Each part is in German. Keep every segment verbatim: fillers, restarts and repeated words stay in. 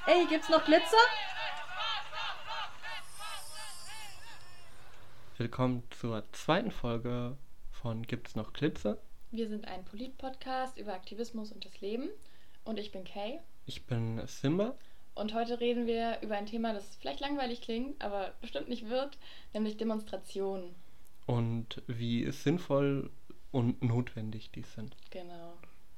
Ey, gibt's noch Glitzer? Willkommen zur zweiten Folge von Gibt's noch Glitzer? Wir sind ein Polit-Podcast über Aktivismus und das Leben. Und ich bin Kay. Ich bin Simba. Und heute reden wir über ein Thema, das vielleicht langweilig klingt, aber bestimmt nicht wird, nämlich Demonstrationen. Und wie sinnvoll und notwendig die sind. Genau.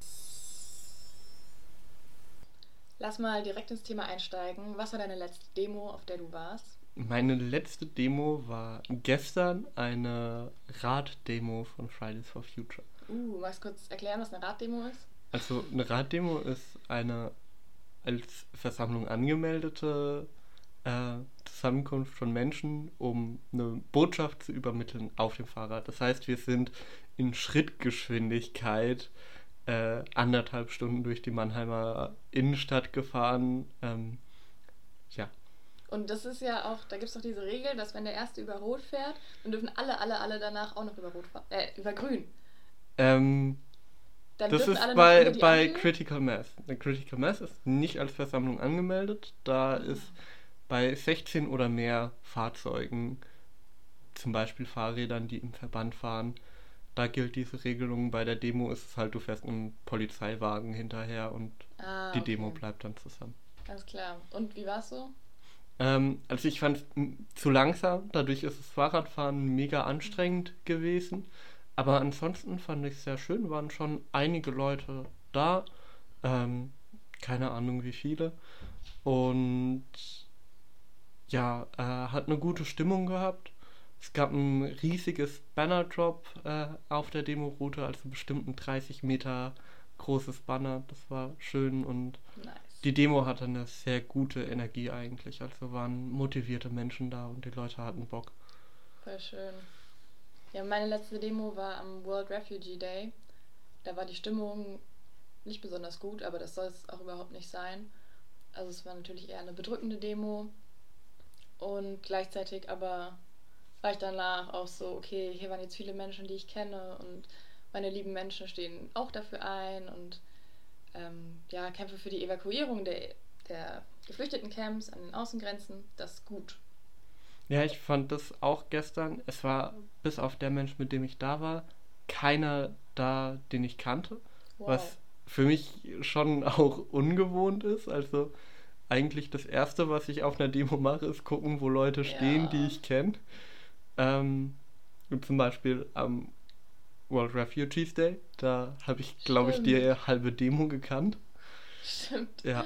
Lass mal direkt ins Thema einsteigen. Was war deine letzte Demo, auf der du warst? Meine letzte Demo war gestern eine Raddemo von Fridays for Future. Uh, magst du kurz erklären, was eine Raddemo ist? Also eine Raddemo ist eine als Versammlung angemeldete äh, Zusammenkunft von Menschen, um eine Botschaft zu übermitteln auf dem Fahrrad. Das heißt, wir sind in Schrittgeschwindigkeit äh, anderthalb Stunden durch die Mannheimer Innenstadt gefahren. Ähm, ja. Und das ist ja auch, da gibt es doch diese Regel, dass wenn der Erste über Rot fährt, dann dürfen alle, alle, alle danach auch noch über Rot fahren, äh, über Grün. Ähm, Dann das dürfen ist alle noch bei, über die bei Ampel. Critical Mass. Eine Critical Mass ist nicht als Versammlung angemeldet. Da ist bei sechzehn oder mehr Fahrzeugen, zum Beispiel Fahrrädern, die im Verband fahren, da gilt diese Regelung. Bei der Demo ist es halt, du fährst einen Polizeiwagen hinterher und Ah, die okay. Demo bleibt dann zusammen. Alles klar. Und wie war's so? Ähm, also ich fand es zu langsam, dadurch ist das Fahrradfahren mega anstrengend gewesen. Aber ansonsten fand ich es sehr schön, waren schon einige Leute da, ähm, keine Ahnung wie viele. Und ja, äh, hat eine gute Stimmung gehabt. Es gab ein riesiges Bannerdrop äh, auf der Demo-Route, also bestimmt ein dreißig Meter großes Banner. Das war schön und Nice. die Demo hatte eine sehr gute Energie eigentlich. Also waren motivierte Menschen da und die Leute hatten Bock. Voll schön. Ja, meine letzte Demo war am World Refugee Day. Da war die Stimmung nicht besonders gut, aber das soll es auch überhaupt nicht sein. Also es war natürlich eher eine bedrückende Demo. Und gleichzeitig aber war ich danach auch so, okay, hier waren jetzt viele Menschen, die ich kenne und meine lieben Menschen stehen auch dafür ein und ähm, ja, kämpfe für die Evakuierung der, der Geflüchtetencamps an den Außengrenzen. Das ist gut. Ja, ich fand das auch gestern. Es war, bis auf der Mensch, mit dem ich da war, keiner da, den ich kannte. Wow. Was für mich schon auch ungewohnt ist. Also eigentlich das Erste, was ich auf einer Demo mache, ist gucken, wo Leute stehen, Ja. die ich kenne. Ähm, zum Beispiel am World Refugees Day. Da habe ich, glaube ich, die Stimmt. halbe Demo gekannt. Stimmt. Ja.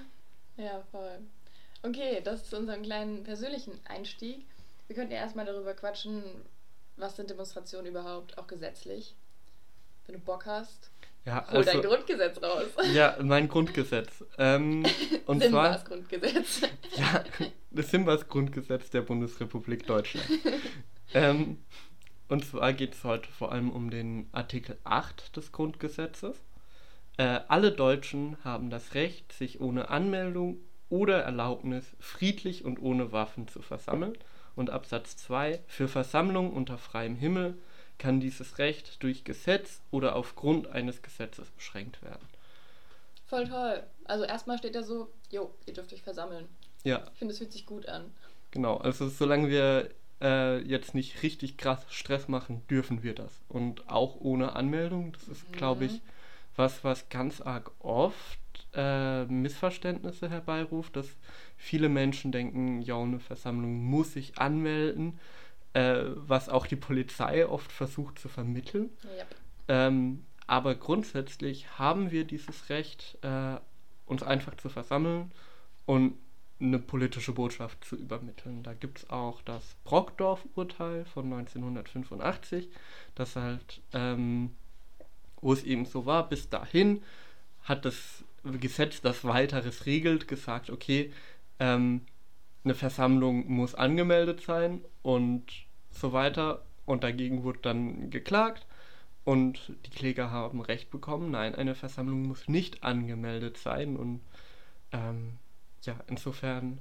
Ja, voll. Okay, das zu unserem kleinen persönlichen Einstieg. Wir könnten ja erstmal darüber quatschen, was sind Demonstrationen überhaupt, auch gesetzlich. Wenn du Bock hast, Ja, hol dein also, Grundgesetz raus. ja, mein Grundgesetz. Ähm, und Simbas zwar, Grundgesetz. ja, das Simbas Grundgesetz der Bundesrepublik Deutschland. ähm, und zwar geht es heute vor allem um den Artikel acht des Grundgesetzes. Äh, alle Deutschen haben das Recht, sich ohne Anmeldung oder Erlaubnis friedlich und ohne Waffen zu versammeln. Und Absatz zwei: Für Versammlungen unter freiem Himmel kann dieses Recht durch Gesetz oder aufgrund eines Gesetzes beschränkt werden. Voll toll. Also erstmal steht da so, jo, ihr dürft euch versammeln. Ja, Ich finde, es fühlt sich gut an. genau. Also solange wir äh, jetzt nicht richtig krass Stress machen, dürfen wir das. Und auch ohne Anmeldung. Das ist, glaube ich, was, was ganz arg oft äh, Missverständnisse herbeiruft, dass viele Menschen denken, ja, eine Versammlung muss sich anmelden, äh, was auch die Polizei oft versucht zu vermitteln. Ja. Ähm, aber grundsätzlich haben wir dieses Recht, äh, uns einfach zu versammeln und eine politische Botschaft zu übermitteln. Da gibt es auch das Brockdorf-Urteil von neunzehnhundertfünfundachtzig, das halt, ähm, wo es eben so war, bis dahin hat das Gesetz, das weiteres regelt, gesagt, okay, ähm, eine Versammlung muss angemeldet sein und so weiter. Und dagegen wurde dann geklagt und die Kläger haben Recht bekommen. Nein, eine Versammlung muss nicht angemeldet sein. Und ähm, ja, insofern,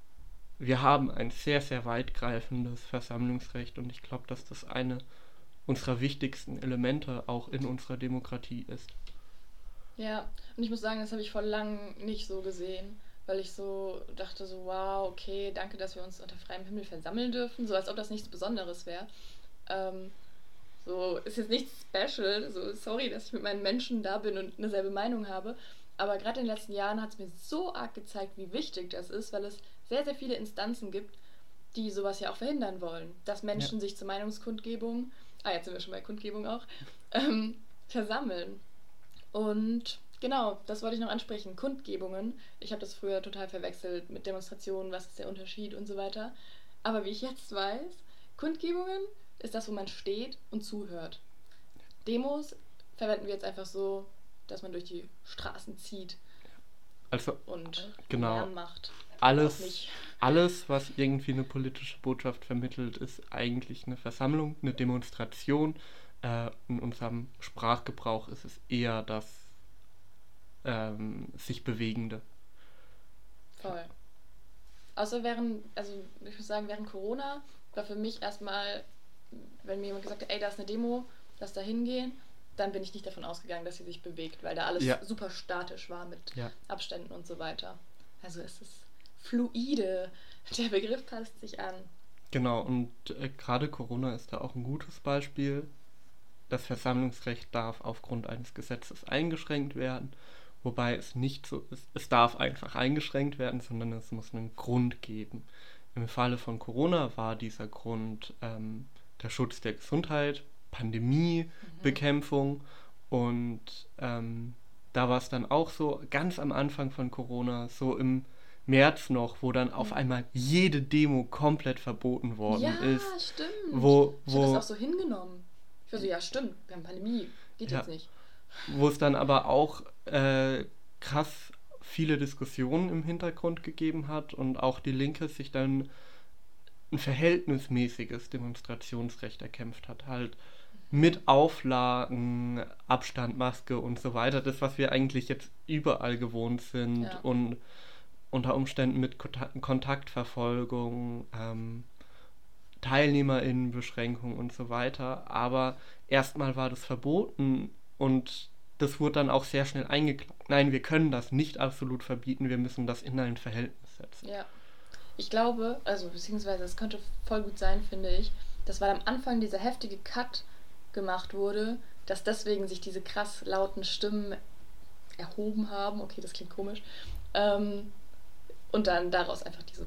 wir haben ein sehr, sehr weitgreifendes Versammlungsrecht und ich glaube, dass das eine unserer wichtigsten Elemente auch in unserer Demokratie ist. Ja, und ich muss sagen, das habe ich vor lang nicht so gesehen, weil ich so dachte so, wow, okay, danke, dass wir uns unter freiem Himmel versammeln dürfen, so als ob das nichts Besonderes wäre. Ähm, so, ist jetzt nichts special, so sorry, dass ich mit meinen Menschen da bin und eine selbe Meinung habe, aber gerade in den letzten Jahren hat es mir so arg gezeigt, wie wichtig das ist, weil es sehr, sehr viele Instanzen gibt, die sowas ja auch verhindern wollen, dass Menschen Ja. sich zur Meinungskundgebung, ah, jetzt sind wir schon bei Kundgebung auch, ähm, versammeln. Und genau, das wollte ich noch ansprechen, Kundgebungen. Ich habe das früher total verwechselt mit Demonstrationen, was ist der Unterschied und so weiter. Aber wie ich jetzt weiß, Kundgebungen ist das, wo man steht und zuhört. Demos verwenden wir jetzt einfach so, dass man durch die Straßen zieht Also und genau, Lärm macht. Auch alles, nicht. alles, was irgendwie eine politische Botschaft vermittelt, ist eigentlich eine Versammlung, eine Demonstration. Äh, in unserem Sprachgebrauch ist es eher das ähm, sich Bewegende. Voll. Außer während, also ich muss sagen, während Corona war für mich erstmal, wenn mir jemand gesagt hat, ey, da ist eine Demo, lass da hingehen, dann bin ich nicht davon ausgegangen, dass sie sich bewegt, weil da alles Ja. super statisch war mit Ja. Abständen und so weiter. Also es ist fluide. Der Begriff passt sich an. Genau, und äh, gerade Corona ist da auch ein gutes Beispiel. Das Versammlungsrecht darf aufgrund eines Gesetzes eingeschränkt werden, wobei es nicht so ist, es darf einfach eingeschränkt werden, sondern es muss einen Grund geben. Im Falle von Corona war dieser Grund ähm, der Schutz der Gesundheit, Pandemiebekämpfung und ähm, da war es dann auch so, ganz am Anfang von Corona, so im März noch, wo dann auf Mhm. einmal jede Demo komplett verboten worden Ja, ist. stimmt. Wo, Ich habe das wo, auch so hingenommen. Ich war so, ja, stimmt, wir haben Pandemie, geht Ja. jetzt nicht. wo es dann aber auch äh, krass viele Diskussionen im Hintergrund gegeben hat und auch die Linke sich dann ein verhältnismäßiges Demonstrationsrecht erkämpft hat. Halt mit Auflagen, Abstand, Maske und so weiter. Das, was wir eigentlich jetzt überall gewohnt sind Ja. und unter Umständen mit Kontak- Kontaktverfolgung, ähm, TeilnehmerInnenbeschränkung und so weiter. Aber erstmal war das verboten und das wurde dann auch sehr schnell eingeklagt. Nein, wir können das nicht absolut verbieten, wir müssen das in ein Verhältnis setzen. Ja. Ich glaube, also beziehungsweise es könnte voll gut sein, finde ich, dass weil am Anfang dieser heftige Cut gemacht wurde, dass deswegen sich diese krass lauten Stimmen erhoben haben. Okay, das klingt komisch. Ähm, und dann daraus einfach diese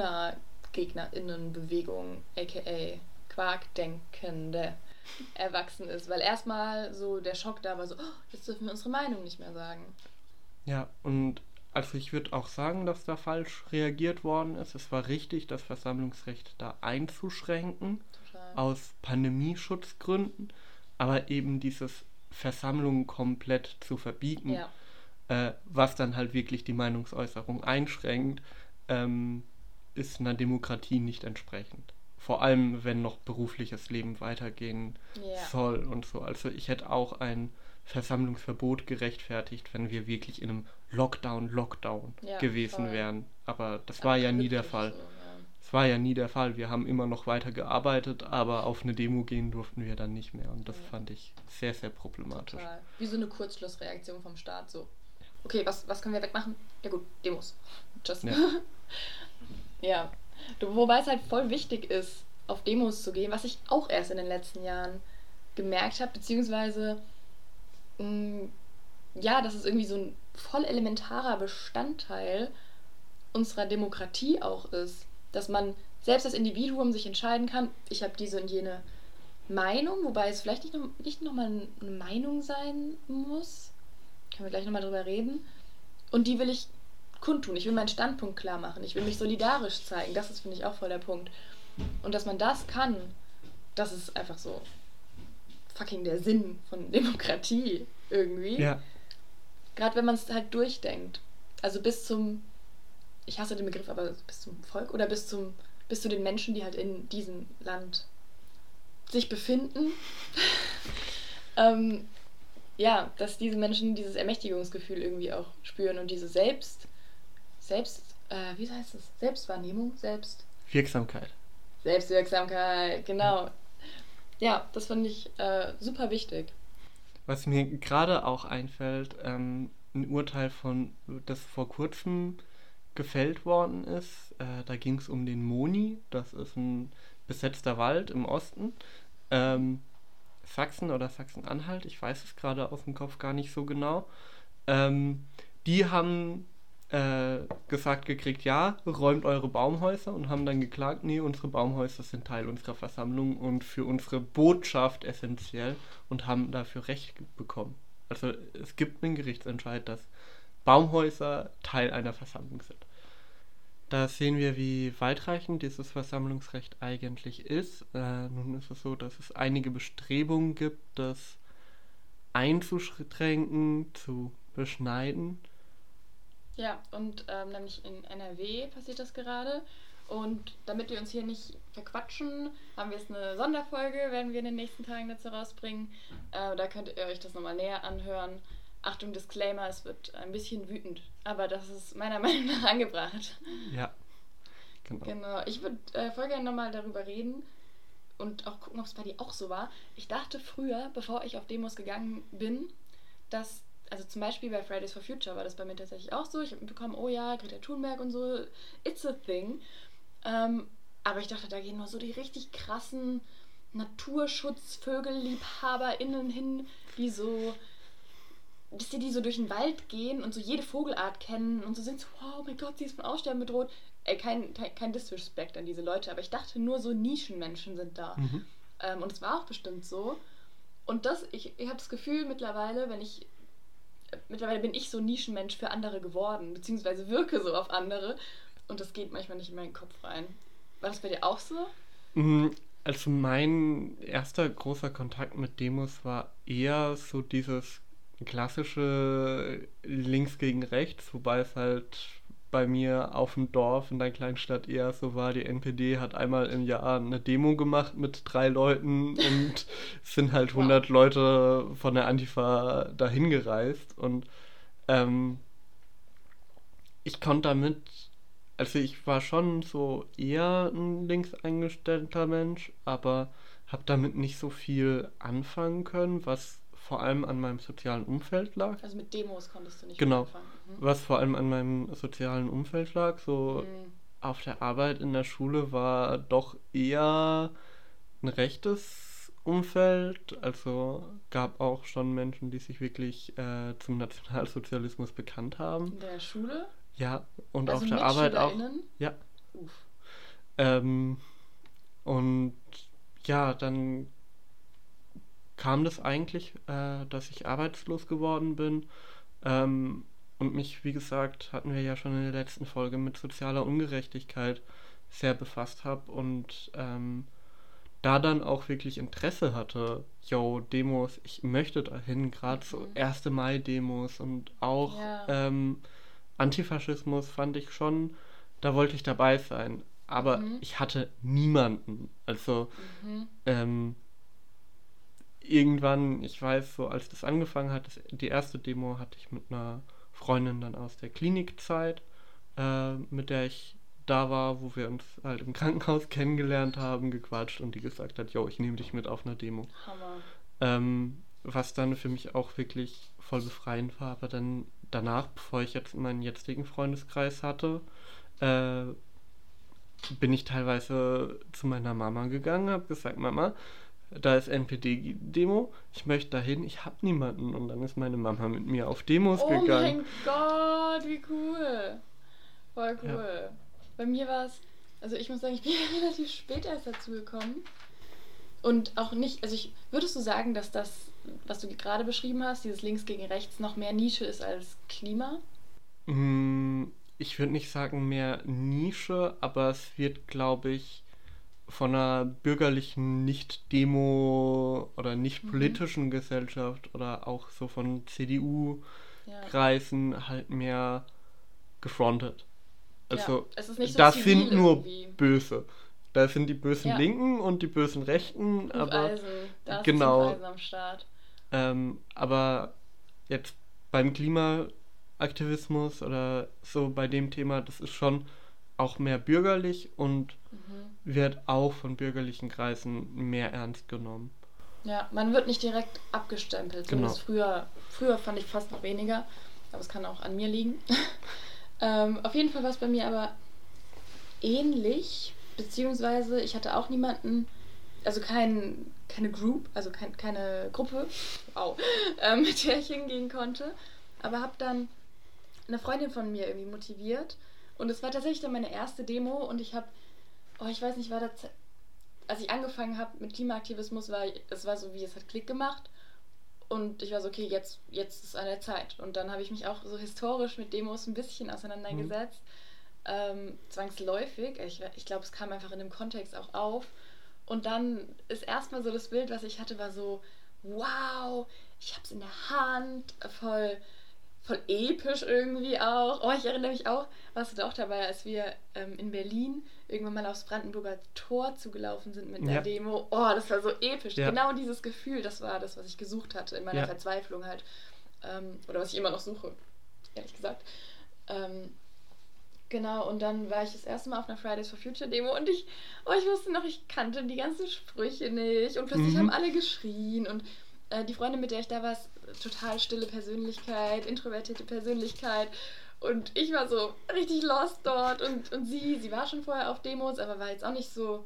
Corona-GegnerInnen-Bewegung, aka Quarkdenkende, erwachsen ist. Weil erstmal so der Schock da war so, oh, jetzt dürfen wir unsere Meinung nicht mehr sagen. Ja, und also ich würde auch sagen, dass da falsch reagiert worden ist. Es war richtig, das Versammlungsrecht da einzuschränken, Total. aus Pandemieschutzgründen, aber eben dieses Versammlungen komplett zu verbieten, Ja, äh, was dann halt wirklich die Meinungsäußerung einschränkt, ähm, ist einer Demokratie nicht entsprechend. Vor allem, wenn noch berufliches Leben weitergehen ja, soll und so. Also ich hätte auch ein Versammlungsverbot gerechtfertigt, wenn wir wirklich in einem Lockdown, Lockdown ja, gewesen voll. wären. Aber das war ja nie der Fall. So, ja. Das war ja nie der Fall. Wir haben immer noch weiter gearbeitet, aber auf eine Demo gehen durften wir dann nicht mehr. Und das Ja. fand ich sehr, sehr problematisch. Total. Wie so eine Kurzschlussreaktion vom Staat, so. Okay, was, was können wir wegmachen? Ja gut, Demos. Tschüss. Ja. Ja. Du, wobei es halt voll wichtig ist, auf Demos zu gehen, was ich auch erst in den letzten Jahren gemerkt habe, beziehungsweise mh, ja, dass es irgendwie so ein voll elementarer Bestandteil unserer Demokratie auch ist, dass man selbst als Individuum sich entscheiden kann, ich habe diese und jene Meinung, wobei es vielleicht nicht, noch, nicht nochmal eine Meinung sein muss, können wir gleich nochmal drüber reden, und die will ich kundtun, ich will meinen Standpunkt klar machen, ich will mich solidarisch zeigen, das ist, finde ich, auch voll der Punkt. Und dass man das kann, das ist einfach so fucking der Sinn von Demokratie irgendwie. Ja, Gerade wenn man es halt durchdenkt. Also bis zum, ich hasse den Begriff, aber bis zum Volk oder bis zum, bis zu den Menschen, die halt in diesem Land sich befinden. ähm, ja, dass diese Menschen dieses Ermächtigungsgefühl irgendwie auch spüren und diese Selbst, Selbst, äh, wie heißt das? Selbstwahrnehmung, Selbst, Wirksamkeit. Selbstwirksamkeit, genau. Ja, das fand ich äh, super wichtig. Was mir gerade auch einfällt, ähm, ein Urteil von, das vor kurzem gefällt worden ist. Äh, da ging es um den Moni, das ist ein besetzter Wald im Osten. Ähm, Sachsen oder Sachsen-Anhalt, ich weiß es gerade aus dem Kopf gar nicht so genau. Ähm, die haben äh, gesagt gekriegt, ja, räumt eure Baumhäuser und haben dann geklagt, nee, unsere Baumhäuser sind Teil unserer Versammlung und für unsere Botschaft essentiell und haben dafür Recht bekommen. Also es gibt einen Gerichtsentscheid, dass Baumhäuser Teil einer Versammlung sind. Da sehen wir, wie weitreichend dieses Versammlungsrecht eigentlich ist. Äh, nun ist es so, dass es einige Bestrebungen gibt, das einzuschränken, zu beschneiden. Ja, und ähm, nämlich in N R W passiert das gerade. Und damit wir uns hier nicht verquatschen, haben wir jetzt eine Sonderfolge, werden wir in den nächsten Tagen dazu rausbringen. Äh, da könnt ihr euch das nochmal näher anhören. Achtung, Disclaimer, es wird ein bisschen wütend, aber das ist meiner Meinung nach angebracht. Ja, genau. Genau, ich würde äh, voll gerne nochmal darüber reden und auch gucken, ob es bei dir auch so war. Ich dachte früher, bevor ich auf Demos gegangen bin, dass, also zum Beispiel bei Fridays for Future war das bei mir tatsächlich auch so. Ich habe mitbekommen, oh ja, Greta Thunberg und so, it's a thing. Ähm, aber ich dachte, da gehen nur so die richtig krassen Naturschutzvögelliebhaberinnen hin, die so... dass die, die so durch den Wald gehen und so jede Vogelart kennen und so sind so, oh mein Gott, sie ist von Aussterben bedroht. Ey, kein, kein Disrespect an diese Leute, aber ich dachte, nur so Nischenmenschen sind da. Mhm. Ähm, und es war auch bestimmt so. Und das, ich, ich habe das Gefühl mittlerweile, wenn ich, mittlerweile bin ich so Nischenmensch für andere geworden, beziehungsweise wirke so auf andere und das geht manchmal nicht in meinen Kopf rein. War das bei dir auch so? Also mein erster großer Kontakt mit Demos war eher so dieses klassische links gegen rechts, wobei es halt bei mir auf dem Dorf in der kleinen Stadt eher so war, die N P D hat einmal im Jahr eine Demo gemacht mit drei Leuten und es sind halt hundert wow. Leute von der Antifa dahin gereist und ähm, ich konnte damit, also ich war schon so eher ein links eingestellter Mensch, aber habe damit nicht so viel anfangen können, was vor allem an meinem sozialen Umfeld lag. Also mit Demos konntest du nicht genau, anfangen. Mhm. Was vor allem an meinem sozialen Umfeld lag. So mhm. auf der Arbeit in der Schule war doch eher ein rechtes Umfeld. Also gab auch schon Menschen, die sich wirklich äh, zum Nationalsozialismus bekannt haben. In der Schule? Ja, und also auf der Arbeit auch. Ja. Uff. Ähm, und ja, dann kam das eigentlich, äh, dass ich arbeitslos geworden bin ähm, und mich, wie gesagt, hatten wir ja schon in der letzten Folge mit sozialer Ungerechtigkeit sehr befasst habe und ähm, da dann auch wirklich Interesse hatte, yo, Demos, ich möchte dahin, gerade mhm. so erste Mai-Demos und auch ja. ähm, Antifaschismus fand ich schon, da wollte ich dabei sein, aber mhm. ich hatte niemanden, also mhm. ähm, irgendwann, ich weiß, so als das angefangen hat, das, die erste Demo hatte ich mit einer Freundin dann aus der Klinikzeit, äh, mit der ich da war, wo wir uns halt im Krankenhaus kennengelernt haben, gequatscht und die gesagt hat, yo, ich nehme dich mit auf eine Demo. Hammer. Ähm, was dann für mich auch wirklich voll befreiend war, aber dann danach, bevor ich jetzt meinen jetzigen Freundeskreis hatte, äh, bin ich teilweise zu meiner Mama gegangen, habe gesagt, Mama, da ist N P D-Demo, ich möchte dahin, ich habe niemanden. Und dann ist meine Mama mit mir auf Demos oh gegangen. Oh mein Gott, wie cool. Voll cool. Ja. Bei mir war es, also ich muss sagen, ich bin ja relativ spät erst dazu gekommen. Und auch nicht, also ich, würdest du sagen, dass das, was du gerade beschrieben hast, dieses Links gegen Rechts, noch mehr Nische ist als Klima? Ich würde nicht sagen mehr Nische, aber es wird, glaube ich, von einer bürgerlichen Nicht-Demo- oder nicht-politischen mhm. Gesellschaft oder auch so von C D U-Kreisen ja. halt mehr gefrontet. Also, ja, es ist nicht so das sind nur irgendwie. Böse. Da sind die bösen ja. Linken und die bösen Rechten, aber da ist genau. am Start. Ähm, aber jetzt beim Klimaaktivismus oder so bei dem Thema, das ist schon auch mehr bürgerlich und mhm. wird auch von bürgerlichen Kreisen mehr ernst genommen. Ja, man wird nicht direkt abgestempelt. Genau. So früher, früher fand ich fast noch weniger, aber es kann auch an mir liegen. Ähm, auf jeden Fall war es bei mir aber ähnlich, beziehungsweise ich hatte auch niemanden, also kein, keine Group, also kein, keine Gruppe, wow, ähm, mit der ich hingehen konnte, aber habe dann eine Freundin von mir irgendwie motiviert und es war tatsächlich dann meine erste Demo und ich habe, oh, ich weiß nicht, war das, als ich angefangen habe mit Klimaaktivismus, war es war so wie, es hat Klick gemacht und ich war so, okay, jetzt, jetzt ist an der Zeit. Und dann habe ich mich auch so historisch mit Demos ein bisschen auseinandergesetzt. Mhm. Ähm, zwangsläufig. Ich, ich glaube, es kam einfach in dem Kontext auch auf. Und dann ist erstmal so das Bild, was ich hatte, war so, wow, ich habe es in der Hand, voll, voll episch irgendwie auch. Oh, ich erinnere mich auch, warst du da auch dabei, als wir ähm, in Berlin irgendwann mal aufs Brandenburger Tor zugelaufen sind mit einer ja. Demo. Oh, das war so episch. Ja. Genau dieses Gefühl, das war das, was ich gesucht hatte in meiner ja. Verzweiflung halt. Ähm, oder was ich immer noch suche, ehrlich gesagt. Ähm, genau, und dann war ich das erste Mal auf einer Fridays for Future Demo und ich, oh, ich wusste noch, ich kannte die ganzen Sprüche nicht und plötzlich mhm. haben alle geschrien und äh, die Freundin, mit der ich da war, ist total stille Persönlichkeit, introvertierte Persönlichkeit. Und ich war so richtig lost dort und, und sie, sie war schon vorher auf Demos, aber war jetzt auch nicht so,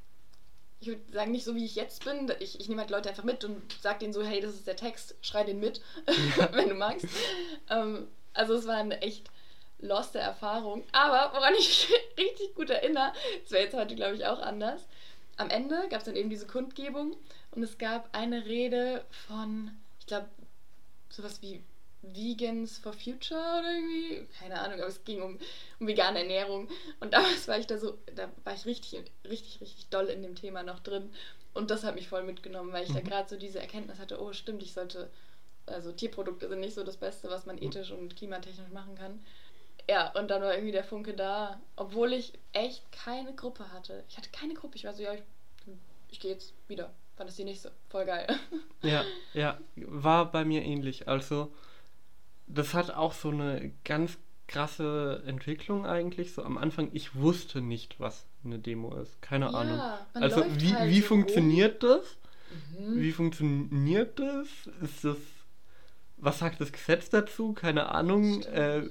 ich würde sagen, nicht so wie ich jetzt bin. Ich, ich nehme halt Leute einfach mit und sag denen so, hey, das ist der Text, schrei den mit, ja. wenn du magst. Ähm, also es war eine echt loste Erfahrung. Aber woran ich mich richtig gut erinnere, das wäre jetzt heute, glaube ich, auch anders. Am Ende gab es dann eben diese Kundgebung und es gab eine Rede von, ich glaube, sowas wie Vegans for Future oder irgendwie, keine Ahnung, aber es ging um, um vegane Ernährung und damals war ich da so, da war ich richtig, richtig, richtig doll in dem Thema noch drin und das hat mich voll mitgenommen, weil ich mhm. da gerade so diese Erkenntnis hatte, oh stimmt, ich sollte, also Tierprodukte sind nicht so das Beste, was man ethisch und klimatechnisch machen kann. Ja, und dann war irgendwie der Funke da, obwohl ich echt keine Gruppe hatte. Ich hatte keine Gruppe, ich war so, ja, ich, ich gehe jetzt wieder. Fand das die nicht so voll geil. Ja, ja, war bei mir ähnlich. Also, das hat auch so eine ganz krasse Entwicklung eigentlich. So am Anfang, ich wusste nicht, was eine Demo ist. Keine ja, Ahnung. Also, wie, halt wie so funktioniert rum. das? Mhm. Wie funktioniert das? Ist das, was sagt das Gesetz dazu? Keine Ahnung. Äh,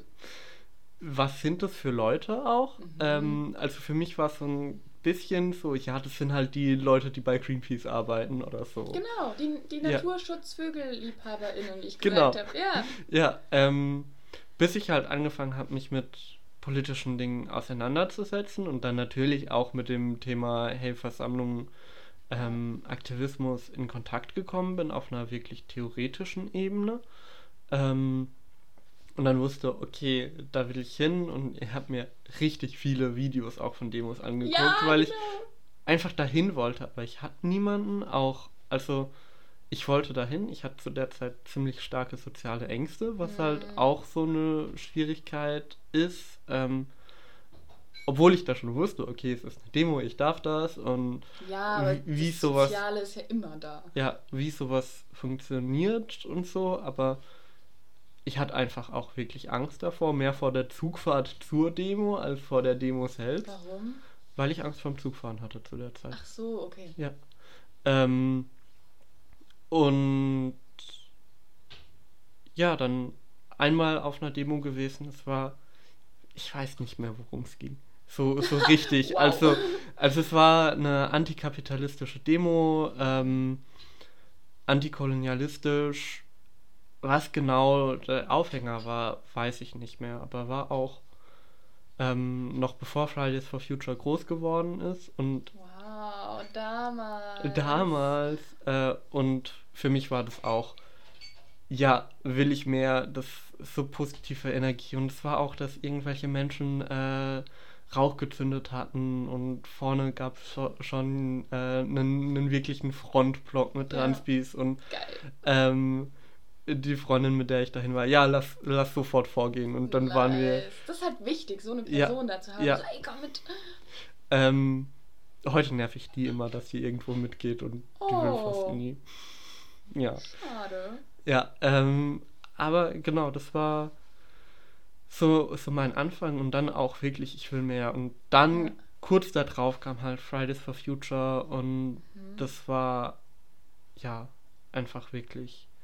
was sind das für Leute auch? Mhm. Ähm, also für mich war es so ein bisschen so, ja, das sind halt die Leute, die bei Greenpeace arbeiten oder so. Genau, die, die Naturschutzvögelliebhaberinnen, die ich genau. gesagt habe. Ja, ja ähm, bis ich halt angefangen habe, mich mit politischen Dingen auseinanderzusetzen und dann natürlich auch mit dem Thema, hey, Versammlungen, ähm, Aktivismus in Kontakt gekommen bin, auf einer wirklich theoretischen Ebene. Ähm, Und dann wusste, okay, da will ich hin und ich habe mir richtig viele Videos auch von Demos angeguckt, ja, weil genau. ich einfach dahin wollte, aber ich hatte niemanden auch, also ich wollte dahin, ich hatte zu der Zeit ziemlich starke soziale Ängste, was mhm. halt auch so eine Schwierigkeit ist, ähm, obwohl ich da schon wusste, okay, es ist eine Demo, ich darf das und ja, aber wie, wie das sowas, Soziale ist ja immer da. Ja, wie sowas funktioniert und so, aber ich hatte einfach auch wirklich Angst davor, mehr vor der Zugfahrt zur Demo als vor der Demo selbst. Warum? Weil ich Angst vorm Zugfahren hatte zu der Zeit. Ach so, okay. Ja. Ähm, und ja, dann einmal auf einer Demo gewesen, es war, ich weiß nicht mehr, worum es ging. So, so richtig. wow. Also, also es war eine antikapitalistische Demo, ähm, antikolonialistisch. Was genau der Aufhänger war, weiß ich nicht mehr, aber war auch ähm, noch bevor Fridays for Future groß geworden ist und wow, damals. Damals äh, und für mich war das auch, ja, will ich mehr, das so positive Energie und es war auch, dass irgendwelche Menschen äh, Rauch gezündet hatten und vorne gab es so, schon einen äh, wirklichen Frontblock mit Transpis ja. und geil. Ähm, die Freundin, mit der ich dahin war, ja, lass, lass sofort vorgehen. Und dann nice. waren wir... Das ist halt wichtig, so eine Person ja, da zu haben. Ja. So, ey, komm mit. Ähm, heute nerv ich die immer, dass sie irgendwo mitgeht und oh. die will fast nie. Ja. Schade. Ja, ähm, aber genau, das war so, so mein Anfang und dann auch wirklich, ich will mehr. Und dann ja. kurz darauf kam halt Fridays for Future und mhm. das war, ja, einfach wirklich...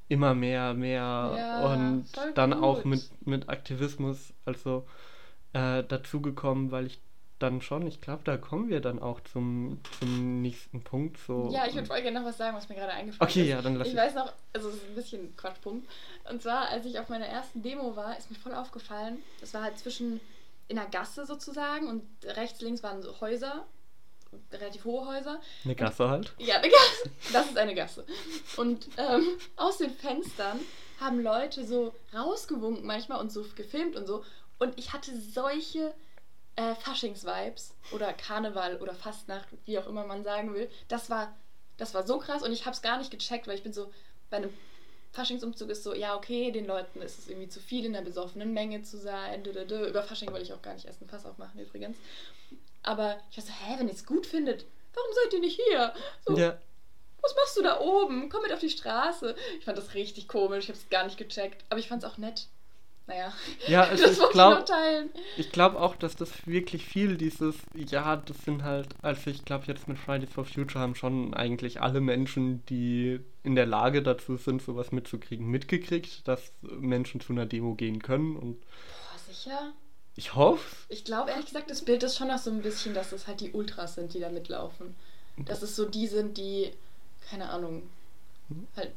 immer mehr, mehr Ja, und voll dann auch gut. mit, mit Aktivismus also äh, dazugekommen, weil ich dann schon, ich glaube, da kommen wir dann auch zum, zum nächsten Punkt. So. Ja, ich würde voll gerne noch was sagen, was mir gerade eingefallen Okay, ist. ja, dann lass Ich ich. weiß noch, also es ist ein bisschen Quatschpunkt. Und zwar, als ich auf meiner ersten Demo war, ist mir voll aufgefallen, das war halt zwischen in der Gasse sozusagen und rechts, links waren so Häuser, relativ hohe Häuser. Eine Gasse halt. Ja, eine Gasse. Das ist eine Gasse. Und ähm, aus den Fenstern haben Leute so rausgewunken manchmal und so gefilmt und so. Und ich hatte solche äh, Faschings-Vibes oder Karneval oder Fastnacht, wie auch immer man sagen will. Das war, das war so krass und ich habe es gar nicht gecheckt, weil ich bin so, bei einem Faschingsumzug ist so, ja okay, den Leuten ist es irgendwie zu viel, in der besoffenen Menge zu sein. Dö, dö, dö. Über Fasching wollte ich auch gar nicht erst ein Fass aufmachen übrigens. Aber ich war so, hä, wenn ihr es gut findet, warum seid ihr nicht hier? So, Ja, was machst du da oben? Komm mit auf die Straße. Ich fand das richtig komisch, ich habe es gar nicht gecheckt. Aber ich fand es auch nett. Naja, ja, also das ich wollte ich noch glaube, teilen. ich glaube auch, dass das wirklich viel dieses, ja, das sind halt, also ich glaube jetzt mit Fridays for Future haben schon eigentlich alle Menschen, die in der Lage dazu sind, sowas mitzukriegen, mitgekriegt, dass Menschen zu einer Demo gehen können und Boah, sicher? ich hoffe, Ich glaube ehrlich gesagt, das Bild ist schon noch so ein bisschen, dass es halt die Ultras sind, die da mitlaufen. Dass es so die sind, die, keine Ahnung, halt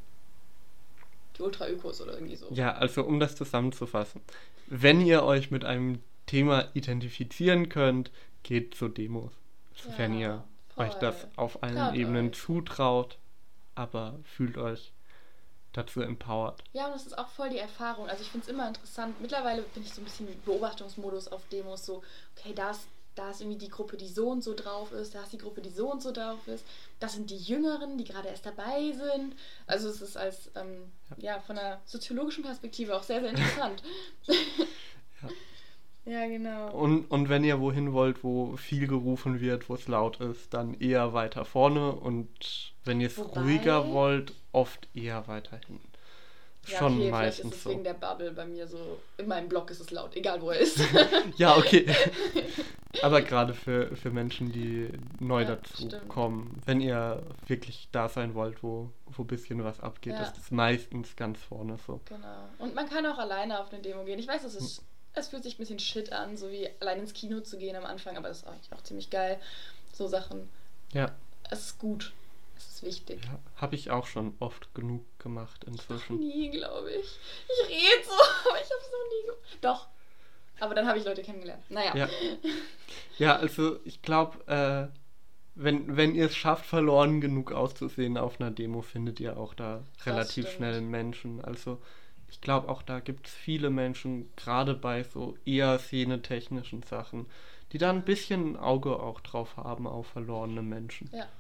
die Ultra-Ökos oder irgendwie so. ja, also um das zusammenzufassen, wenn ihr euch mit einem Thema identifizieren könnt, geht zu Demos, sofern Ja, ihr voll. euch das auf allen Traut Ebenen euch. zutraut, aber fühlt euch dazu empowered. Ja, und das ist auch voll die Erfahrung. Also ich finde es immer interessant. Mittlerweile bin ich so ein bisschen im Beobachtungsmodus auf Demos. So, okay, da ist, da ist irgendwie die Gruppe, die so und so drauf ist. Da ist die Gruppe, die so und so drauf ist. Das sind die Jüngeren, die gerade erst dabei sind. Also es ist als, ähm, ja, von einer soziologischen Perspektive auch sehr, sehr interessant. Ja. Ja, genau. Und, und wenn ihr wohin wollt, wo viel gerufen wird, wo es laut ist, dann eher weiter vorne und wenn ihr es Wobei- ruhiger wollt, oft eher weiter hinten. Ja, Schon okay, vielleicht ist meistens es so. wegen der Bubble bei mir so. In meinem Blog ist es laut, egal wo er ist. Ja, okay. Aber gerade für, für Menschen, die neu Ja, dazu stimmt. kommen, wenn ihr wirklich da sein wollt, wo, wo ein bisschen was abgeht, Ja. ist es meistens ganz vorne so. Genau. Und man kann auch alleine auf eine Demo gehen. Ich weiß, es ist, es fühlt sich ein bisschen shit an, so wie allein ins Kino zu gehen am Anfang, aber das ist eigentlich auch ziemlich geil. So Sachen. Ja, Es ist gut. Es ist wichtig. ja habe ich auch schon oft genug gemacht inzwischen. Nie, glaube ich. Ich rede so, aber ich habe es noch nie gemacht. Doch. Aber dann habe ich Leute kennengelernt. Naja. Ja, ja also ich glaube, äh, wenn, wenn ihr es schafft, verloren genug auszusehen auf einer Demo, findet ihr auch da relativ stimmt. schnell Menschen. Also ich glaube, auch da gibt es viele Menschen, gerade bei so eher szenetechnischen Sachen, die da ein bisschen ein Auge auch drauf haben auf verlorene Menschen. Ja.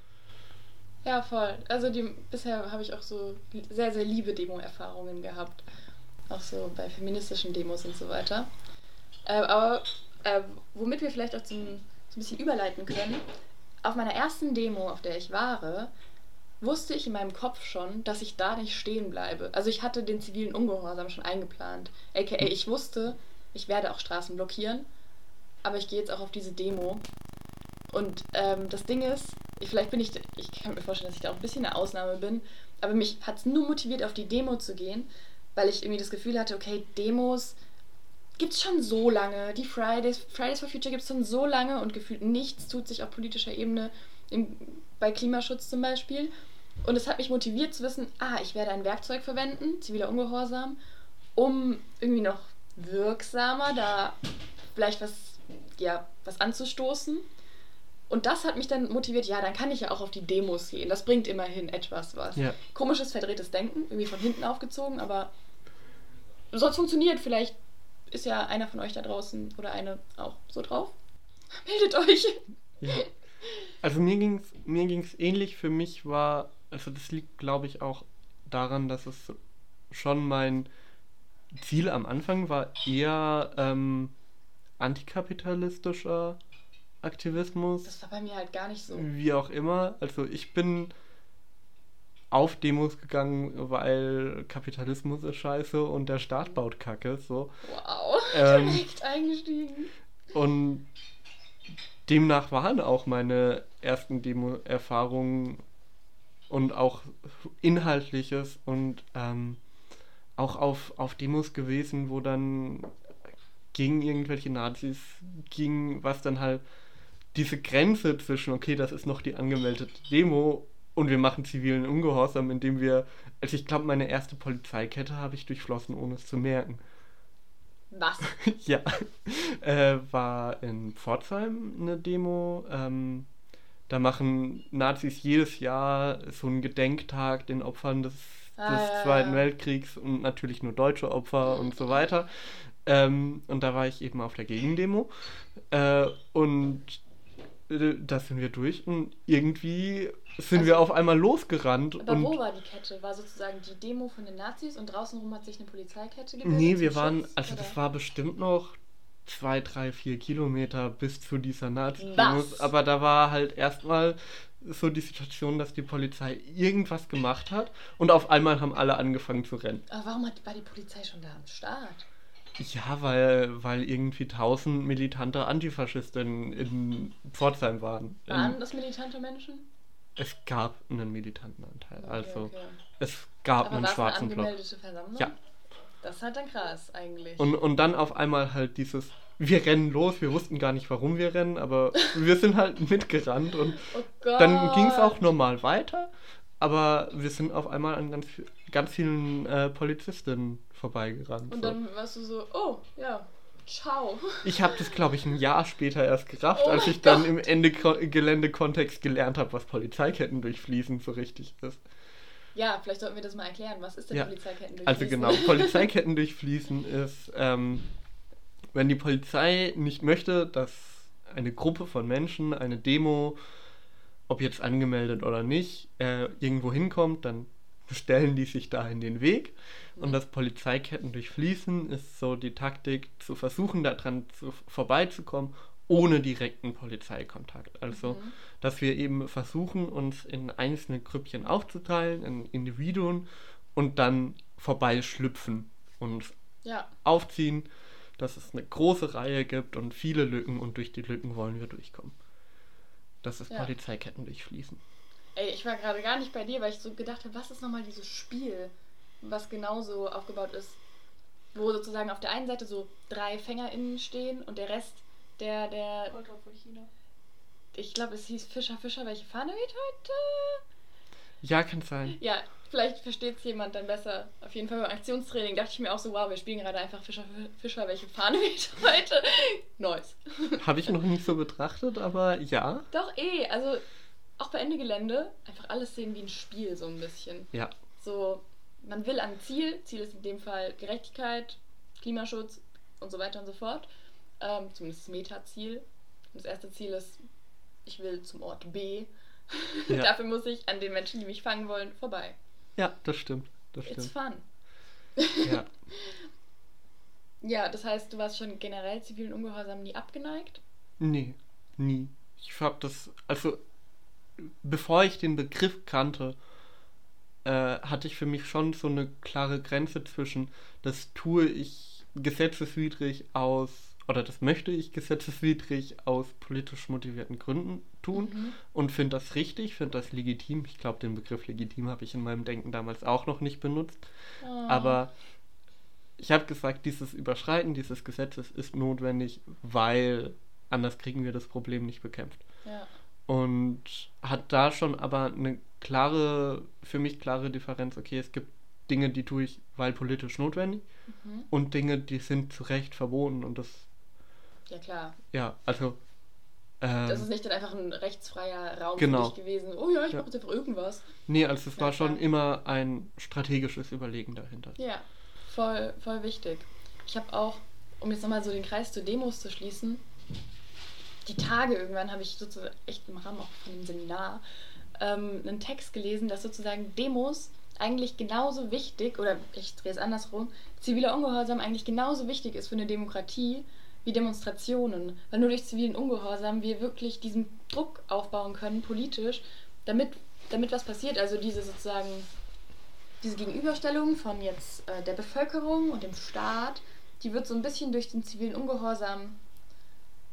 Ja, voll. Also die, bisher habe ich auch so sehr, sehr liebe Demo-Erfahrungen gehabt. Auch so bei feministischen Demos und so weiter. Äh, aber äh, womit wir vielleicht auch zum, so ein bisschen überleiten können, auf meiner ersten Demo, auf der ich war, wusste ich in meinem Kopf schon, dass ich da nicht stehen bleibe. Also ich hatte den zivilen Ungehorsam schon eingeplant. A K A ich wusste, ich werde auch Straßen blockieren, aber ich gehe jetzt auch auf diese Demo. Und ähm, das Ding ist, ich, vielleicht bin ich, ich kann mir vorstellen, dass ich da auch ein bisschen eine Ausnahme bin, aber mich hat es nur motiviert, auf die Demo zu gehen, weil ich irgendwie das Gefühl hatte, okay, Demos gibt es schon so lange. Die Fridays, Fridays for Future gibt es schon so lange und gefühlt nichts tut sich auf politischer Ebene im, bei Klimaschutz zum Beispiel. Und es hat mich motiviert zu wissen, ah, ich werde ein Werkzeug verwenden, ziviler Ungehorsam, um irgendwie noch wirksamer da vielleicht was, ja, was anzustoßen. Und das hat mich dann motiviert, ja, dann kann ich ja auch auf die Demos gehen. Das bringt immerhin etwas was. Ja. Komisches, verdrehtes Denken, irgendwie von hinten aufgezogen, aber sonst funktioniert. Vielleicht ist ja einer von euch da draußen oder eine auch so drauf. Meldet euch! Ja. Also mir ging's, mir ging's ähnlich. Für mich war, also das liegt, glaube ich, auch daran, dass es schon mein Ziel am Anfang war, eher ähm, antikapitalistischer Aktivismus. Das war bei mir halt gar nicht so. Wie auch immer. Also ich bin auf Demos gegangen, weil Kapitalismus ist scheiße und der Staat baut Kacke. So. Wow, Ähm, direkt eingestiegen. Und demnach waren auch meine ersten Demo-Erfahrungen und auch Inhaltliches und ähm, auch auf, auf Demos gewesen, wo dann gegen irgendwelche Nazis ging, was dann halt diese Grenze zwischen, okay, das ist noch die angemeldete Demo und wir machen zivilen Ungehorsam, indem wir, also ich glaube, meine erste Polizeikette habe ich durchflossen, ohne es zu merken. Was? Ja, äh, war in Pforzheim eine Demo. Ähm, da machen Nazis jedes Jahr so einen Gedenktag den Opfern des, Ah, des ja, Zweiten ja. Weltkriegs und natürlich nur deutsche Opfer und so weiter. Ähm, und da war ich eben auf der Gegendemo. Äh, und äh, da sind wir durch und irgendwie sind Also- wir auf einmal losgerannt. Aber und wo war die Kette? War sozusagen die Demo von den Nazis und draußenrum hat sich eine Polizeikette gebildet? Nee, wir zum waren, Schutz, also oder? das war bestimmt noch zwei, drei, vier Kilometer bis zu dieser Nazi-Demos, Was? aber da war halt erstmal so die Situation, dass die Polizei irgendwas gemacht hat und auf einmal haben alle angefangen zu rennen. Aber warum hat, war die Polizei schon da am Start? Ja, weil, weil irgendwie tausend militante Antifaschisten in Pforzheim waren. Waren In, das militante Menschen? es gab einen militanten Anteil, Okay, also okay. es gab Aber einen war es eine schwarzen Block. angemeldete Versammlung? Ja. Das ist halt dann krass, eigentlich. Und, und dann auf einmal halt dieses, wir rennen los, wir wussten gar nicht, warum wir rennen, aber wir sind halt mitgerannt und oh Gott. dann ging es auch normal weiter, aber wir sind auf einmal an ganz, ganz vielen äh, Polizistinnen vorbeigerannt. Und so. dann warst du so, oh, ja, ciao. Ich habe das, glaube ich, ein Jahr später erst gerafft, Oh als mein ich dann Gott. im Ende-Gelände-Kontext gelernt habe, was Polizeiketten durchfließen so richtig ist. Ja, vielleicht sollten wir das mal erklären. Was ist denn Ja, Polizeiketten durchfließen? Also genau, Polizeiketten durchfließen ist, ähm, wenn die Polizei nicht möchte, dass eine Gruppe von Menschen eine Demo, ob jetzt angemeldet oder nicht, äh, irgendwo hinkommt, dann stellen die sich da in den Weg. Mhm. Und das Polizeiketten durchfließen ist so die Taktik, zu versuchen, daran zu, vorbeizukommen, ohne direkten Polizeikontakt. Also, Mhm. dass wir eben versuchen, uns in einzelne Grüppchen aufzuteilen, in Individuen und dann vorbeischlüpfen und Ja, aufziehen, dass es eine große Reihe gibt und viele Lücken und durch die Lücken wollen wir durchkommen. Das ist Ja. Polizeiketten durchfließen. ey, ich war gerade gar nicht bei dir, weil ich so gedacht habe, was ist nochmal dieses Spiel, was genauso aufgebaut ist, wo sozusagen auf der einen Seite so drei FängerInnen stehen und der Rest, der, der, von China. ich glaube, es hieß Fischer, Fischer, welche Fahne weht heute? Ja, kann sein. Ja, vielleicht versteht es jemand dann besser. Auf jeden Fall beim Aktionstraining dachte ich mir auch so, wow, wir spielen gerade einfach Fischer, Fischer, welche Fahne weht heute? Neues. Habe ich noch nicht so betrachtet, aber ja. Doch eh, also auch bei Ende Gelände einfach alles sehen wie ein Spiel so ein bisschen. Ja. So, man will ein Ziel, Ziel ist in dem Fall Gerechtigkeit, Klimaschutz und so weiter und so fort. Ähm, zumindest das Metaziel. Und das erste Ziel ist, ich will zum Ort B. Ja. Dafür muss ich an den Menschen, die mich fangen wollen, vorbei. Ja, das stimmt. Das It's stimmt. fun. Ja. Ja, das heißt, du warst schon generell zivilen Ungehorsam nie abgeneigt? Nee, nie. Ich hab das, also bevor ich den Begriff kannte, äh, hatte ich für mich schon so eine klare Grenze zwischen, das tue ich gesetzeswidrig aus, oder das möchte ich gesetzeswidrig aus politisch motivierten Gründen tun Mhm. und finde das richtig, finde das legitim. Ich glaube, den Begriff legitim habe ich in meinem Denken damals auch noch nicht benutzt. Oh. Aber ich habe gesagt, dieses Überschreiten dieses Gesetzes ist notwendig, weil anders kriegen wir das Problem nicht bekämpft. Ja. Und hat da schon aber eine klare, für mich klare Differenz, okay, es gibt Dinge, die tue ich, weil politisch notwendig Mhm. und Dinge, die sind zu Recht verboten und das, Ja, klar. ja, also ähm, Das ist nicht dann einfach ein rechtsfreier Raum Genau. für dich gewesen. Oh ja, ich Ja. mache jetzt einfach irgendwas. nee, also es Ja, war schon klar. immer ein strategisches Überlegen dahinter. Ja, voll, voll wichtig. Ich habe auch, um jetzt nochmal so den Kreis zu Demos zu schließen, die Tage irgendwann habe ich sozusagen, echt im Rahmen auch von dem Seminar, ähm, einen Text gelesen, dass sozusagen Demos eigentlich genauso wichtig, oder ich drehe es andersrum, ziviler Ungehorsam eigentlich genauso wichtig ist für eine Demokratie wie Demonstrationen. Weil nur durch zivilen Ungehorsam wir wirklich diesen Druck aufbauen können, politisch, damit, damit was passiert. Also diese sozusagen, diese Gegenüberstellung von jetzt äh, der Bevölkerung und dem Staat, die wird so ein bisschen durch den zivilen Ungehorsam,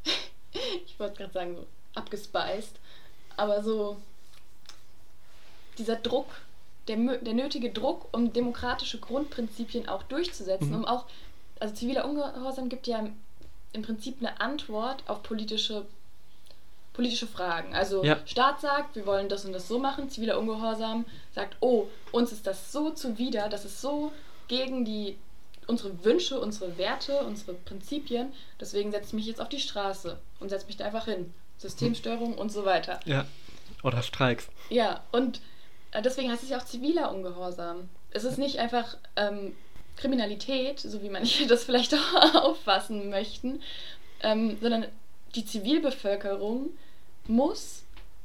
ich wollte gerade sagen, so abgespeist, aber so, dieser Druck, der, der nötige Druck, um demokratische Grundprinzipien auch durchzusetzen, mhm. um auch, also ziviler Ungehorsam gibt ja im Prinzip eine Antwort auf politische politische Fragen. Also ja. Staat sagt, wir wollen das und das so machen, ziviler Ungehorsam sagt, oh, uns ist das so zuwider, das ist so gegen die unsere Wünsche, unsere Werte, unsere Prinzipien, deswegen setze ich mich jetzt auf die Straße und setze mich da einfach hin. Systemstörung hm. und so weiter. Ja, oder Streiks. Ja, und deswegen heißt es ja auch ziviler Ungehorsam. Es ist nicht einfach ähm, Kriminalität, so wie manche das vielleicht auch auffassen möchten, ähm, sondern die Zivilbevölkerung muss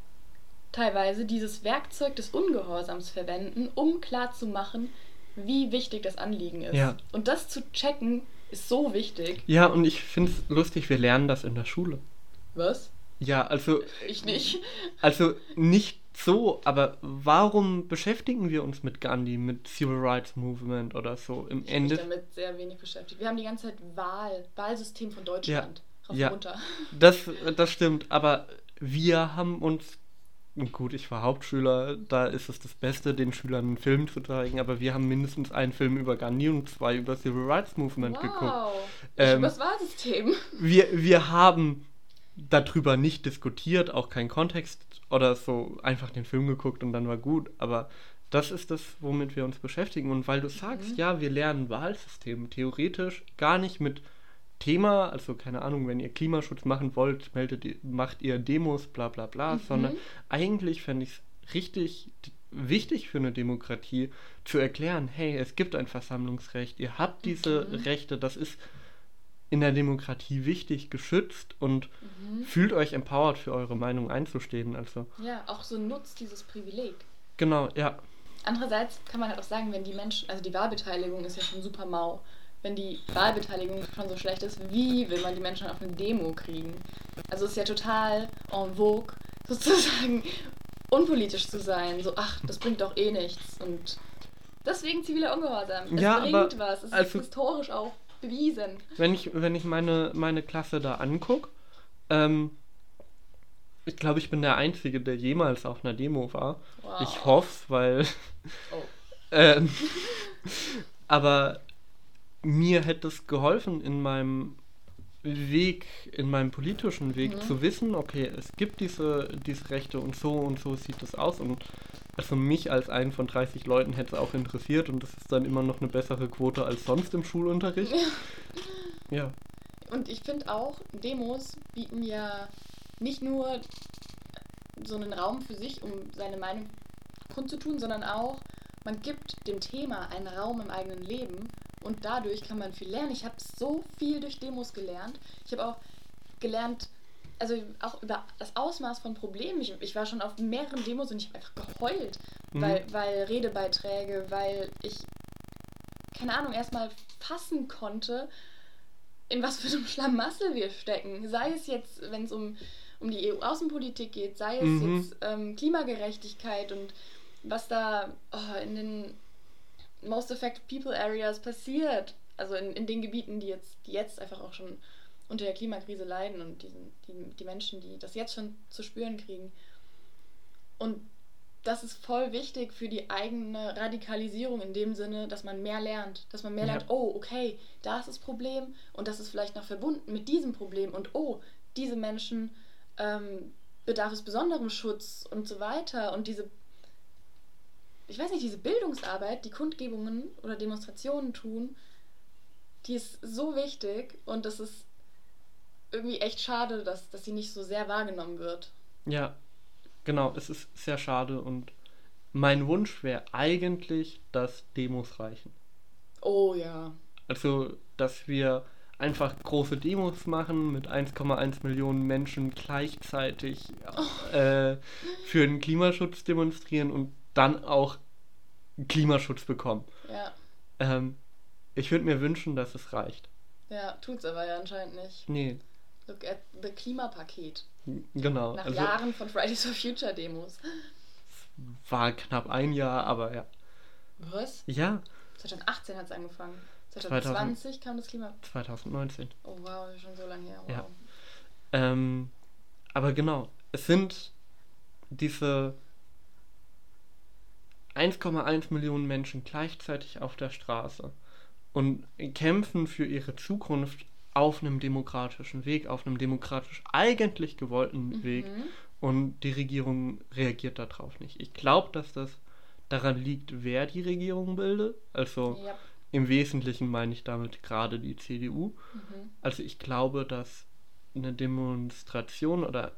teilweise dieses Werkzeug des Ungehorsams verwenden, um klarzumachen, wie wichtig das Anliegen ist. Ja. Und das zu checken, ist so wichtig. Ja, und ich finde es lustig, wir lernen das in der Schule. Was? Ja, also... Ich nicht. Also nicht so, aber warum beschäftigen wir uns mit Gandhi, mit Civil Rights Movement oder so? Im ich Ende. Ich bin damit sehr wenig beschäftigt. Wir haben die ganze Zeit Wahl, Wahlsystem von Deutschland. Ja. Rauf Ja, runter. das, das stimmt, aber wir haben uns, gut, ich war Hauptschüler, da ist es das Beste, den Schülern einen Film zu zeigen, aber wir haben mindestens einen Film über Gandhi und zwei über Civil Rights Movement wow. geguckt. Ich ähm, über das Wahlsystem. Wir, wir haben darüber nicht diskutiert, auch keinen Kontext oder so, einfach den Film geguckt und dann war gut, aber das ist das, womit wir uns beschäftigen. Und weil du sagst, mhm. ja, wir lernen Wahlsystem, theoretisch gar nicht mit Thema, also keine Ahnung, wenn ihr Klimaschutz machen wollt, meldet, macht ihr Demos, bla bla bla, mhm. sondern eigentlich fände ich es richtig wichtig für eine Demokratie zu erklären, hey, es gibt ein Versammlungsrecht, ihr habt diese mhm. Rechte, das ist in der Demokratie wichtig, geschützt und mhm. fühlt euch empowered, für eure Meinung einzustehen. Also. Ja, auch so nutzt dieses Privileg. Genau, ja. Andererseits kann man halt auch sagen, wenn die Menschen, also die Wahlbeteiligung ist ja schon super mau. Wenn die Wahlbeteiligung schon so schlecht ist, wie will man die Menschen auf eine Demo kriegen? Also es ist ja total en vogue, sozusagen unpolitisch zu sein. So, ach, das bringt doch eh nichts. Und deswegen ziviler Ungehorsam. Es ja, bringt aber was. Es also, ist historisch auch bewiesen. Wenn ich, wenn ich meine, meine Klasse da angucke, ähm, ich glaube, ich bin der Einzige, der jemals auf einer Demo war. Wow. Ich hoffe, weil... Oh. ähm, aber... Mir hätte es geholfen, in meinem Weg, in meinem politischen Weg mhm. zu wissen, okay, es gibt diese, diese Rechte und so und so sieht es aus. Und also mich als einen von dreißig Leuten hätte es auch interessiert und das ist dann immer noch eine bessere Quote als sonst im Schulunterricht. Ja. ja. Und ich finde auch, Demos bieten ja nicht nur so einen Raum für sich, um seine Meinung kundzutun, sondern auch, man gibt dem Thema einen Raum im eigenen Leben. Und dadurch kann man viel lernen. Ich habe so viel durch Demos gelernt. Ich habe auch gelernt, also auch über das Ausmaß von Problemen. Ich, ich war schon auf mehreren Demos und ich habe einfach geheult, mhm. weil, weil Redebeiträge, weil ich, keine Ahnung, erstmal fassen konnte, in was für einem Schlamassel wir stecken. Sei es jetzt, wenn es um, um die E U-Außenpolitik geht, sei es mhm. jetzt ähm, Klimagerechtigkeit und was da oh, in den Most Affected People Areas passiert. Also in, in den Gebieten, die jetzt, die jetzt einfach auch schon unter der Klimakrise leiden und diesen, die, die Menschen, die das jetzt schon zu spüren kriegen. Und das ist voll wichtig für die eigene Radikalisierung in dem Sinne, dass man mehr lernt. Dass man mehr ja. lernt, oh, okay, da ist das Problem und das ist vielleicht noch verbunden mit diesem Problem und oh, diese Menschen ähm, bedarf es besonderem Schutz und so weiter. Und diese ich weiß nicht, diese Bildungsarbeit, die Kundgebungen oder Demonstrationen tun, die ist so wichtig und das ist irgendwie echt schade, dass, dass sie nicht so sehr wahrgenommen wird. Ja, genau, es ist sehr schade und mein Wunsch wäre eigentlich, dass Demos reichen. Oh ja. Also, dass wir einfach große Demos machen mit eins Komma eins Millionen Menschen gleichzeitig oh. äh, für den Klimaschutz demonstrieren und dann auch Klimaschutz bekommen. Ja. Ähm, ich würde mir wünschen, dass es reicht. Ja, tut's aber ja anscheinend nicht. Nee. Look at the Klimapaket. Genau. Nach also, Jahren von Fridays for Future Demos. War knapp ein Jahr, aber ja. Was? Ja. zwanzig achtzehn hat es angefangen. zwanzig zwanzig kam das Klima... zwanzig neunzehn. Oh wow, schon so lange her. Wow. Ja. Ähm, aber genau, es sind diese eins Komma eins Millionen Menschen gleichzeitig auf der Straße und kämpfen für ihre Zukunft auf einem demokratischen Weg, auf einem demokratisch eigentlich gewollten Mhm. Weg, und die Regierung reagiert darauf nicht. Ich glaube, dass das daran liegt, wer die Regierung bildet. Also Ja. im Wesentlichen meine ich damit gerade die C D U. Mhm. Also ich glaube, dass eine Demonstration oder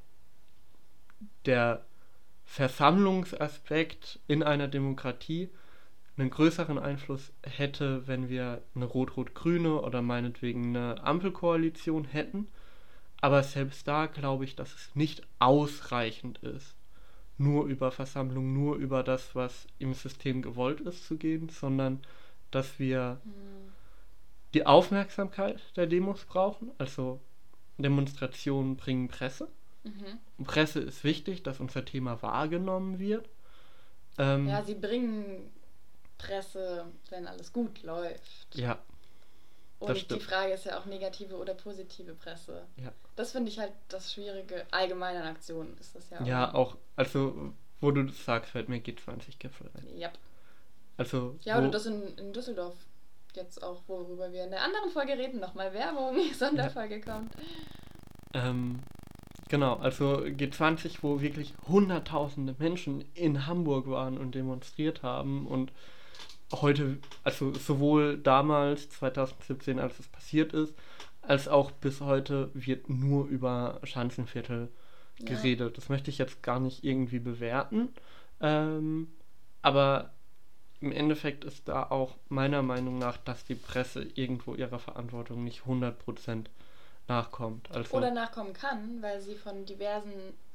der Versammlungsaspekt in einer Demokratie einen größeren Einfluss hätte, wenn wir eine rot-rot-grüne oder meinetwegen eine Ampelkoalition hätten. Aber selbst da glaube ich, dass es nicht ausreichend ist, nur über Versammlung, nur über das, was im System gewollt ist, zu gehen, sondern dass wir Mhm. die Aufmerksamkeit der Demos brauchen. Also Demonstrationen bringen Presse. Mhm. Presse ist wichtig, dass unser Thema wahrgenommen wird. Ähm, Ja, sie bringen Presse, wenn alles gut läuft. ja, das Und die stimmt. Frage ist ja auch negative oder positive Presse. Ja. Das finde ich halt das Schwierige. Allgemein an Aktionen ist das ja auch. Ja, auch, also, wo du das sagst, fällt mir G zwanzig-Gipfel ein. Ja. Also, Ja, wo, oder das in, in Düsseldorf jetzt auch, worüber wir in der anderen Folge reden, nochmal Werbung, Sonderfolge kommt. ähm, genau, also G zwanzig, wo wirklich hunderttausende Menschen in Hamburg waren und demonstriert haben, und heute, also sowohl damals, zwanzig siebzehn, als es passiert ist, als auch bis heute wird nur über Schanzenviertel Ja. geredet. Das möchte ich jetzt gar nicht irgendwie bewerten, ähm, aber im Endeffekt ist da auch meiner Meinung nach, dass die Presse irgendwo ihrer Verantwortung nicht hundert Prozent nachkommt. Also, Oder nachkommen kann, weil sie von diversen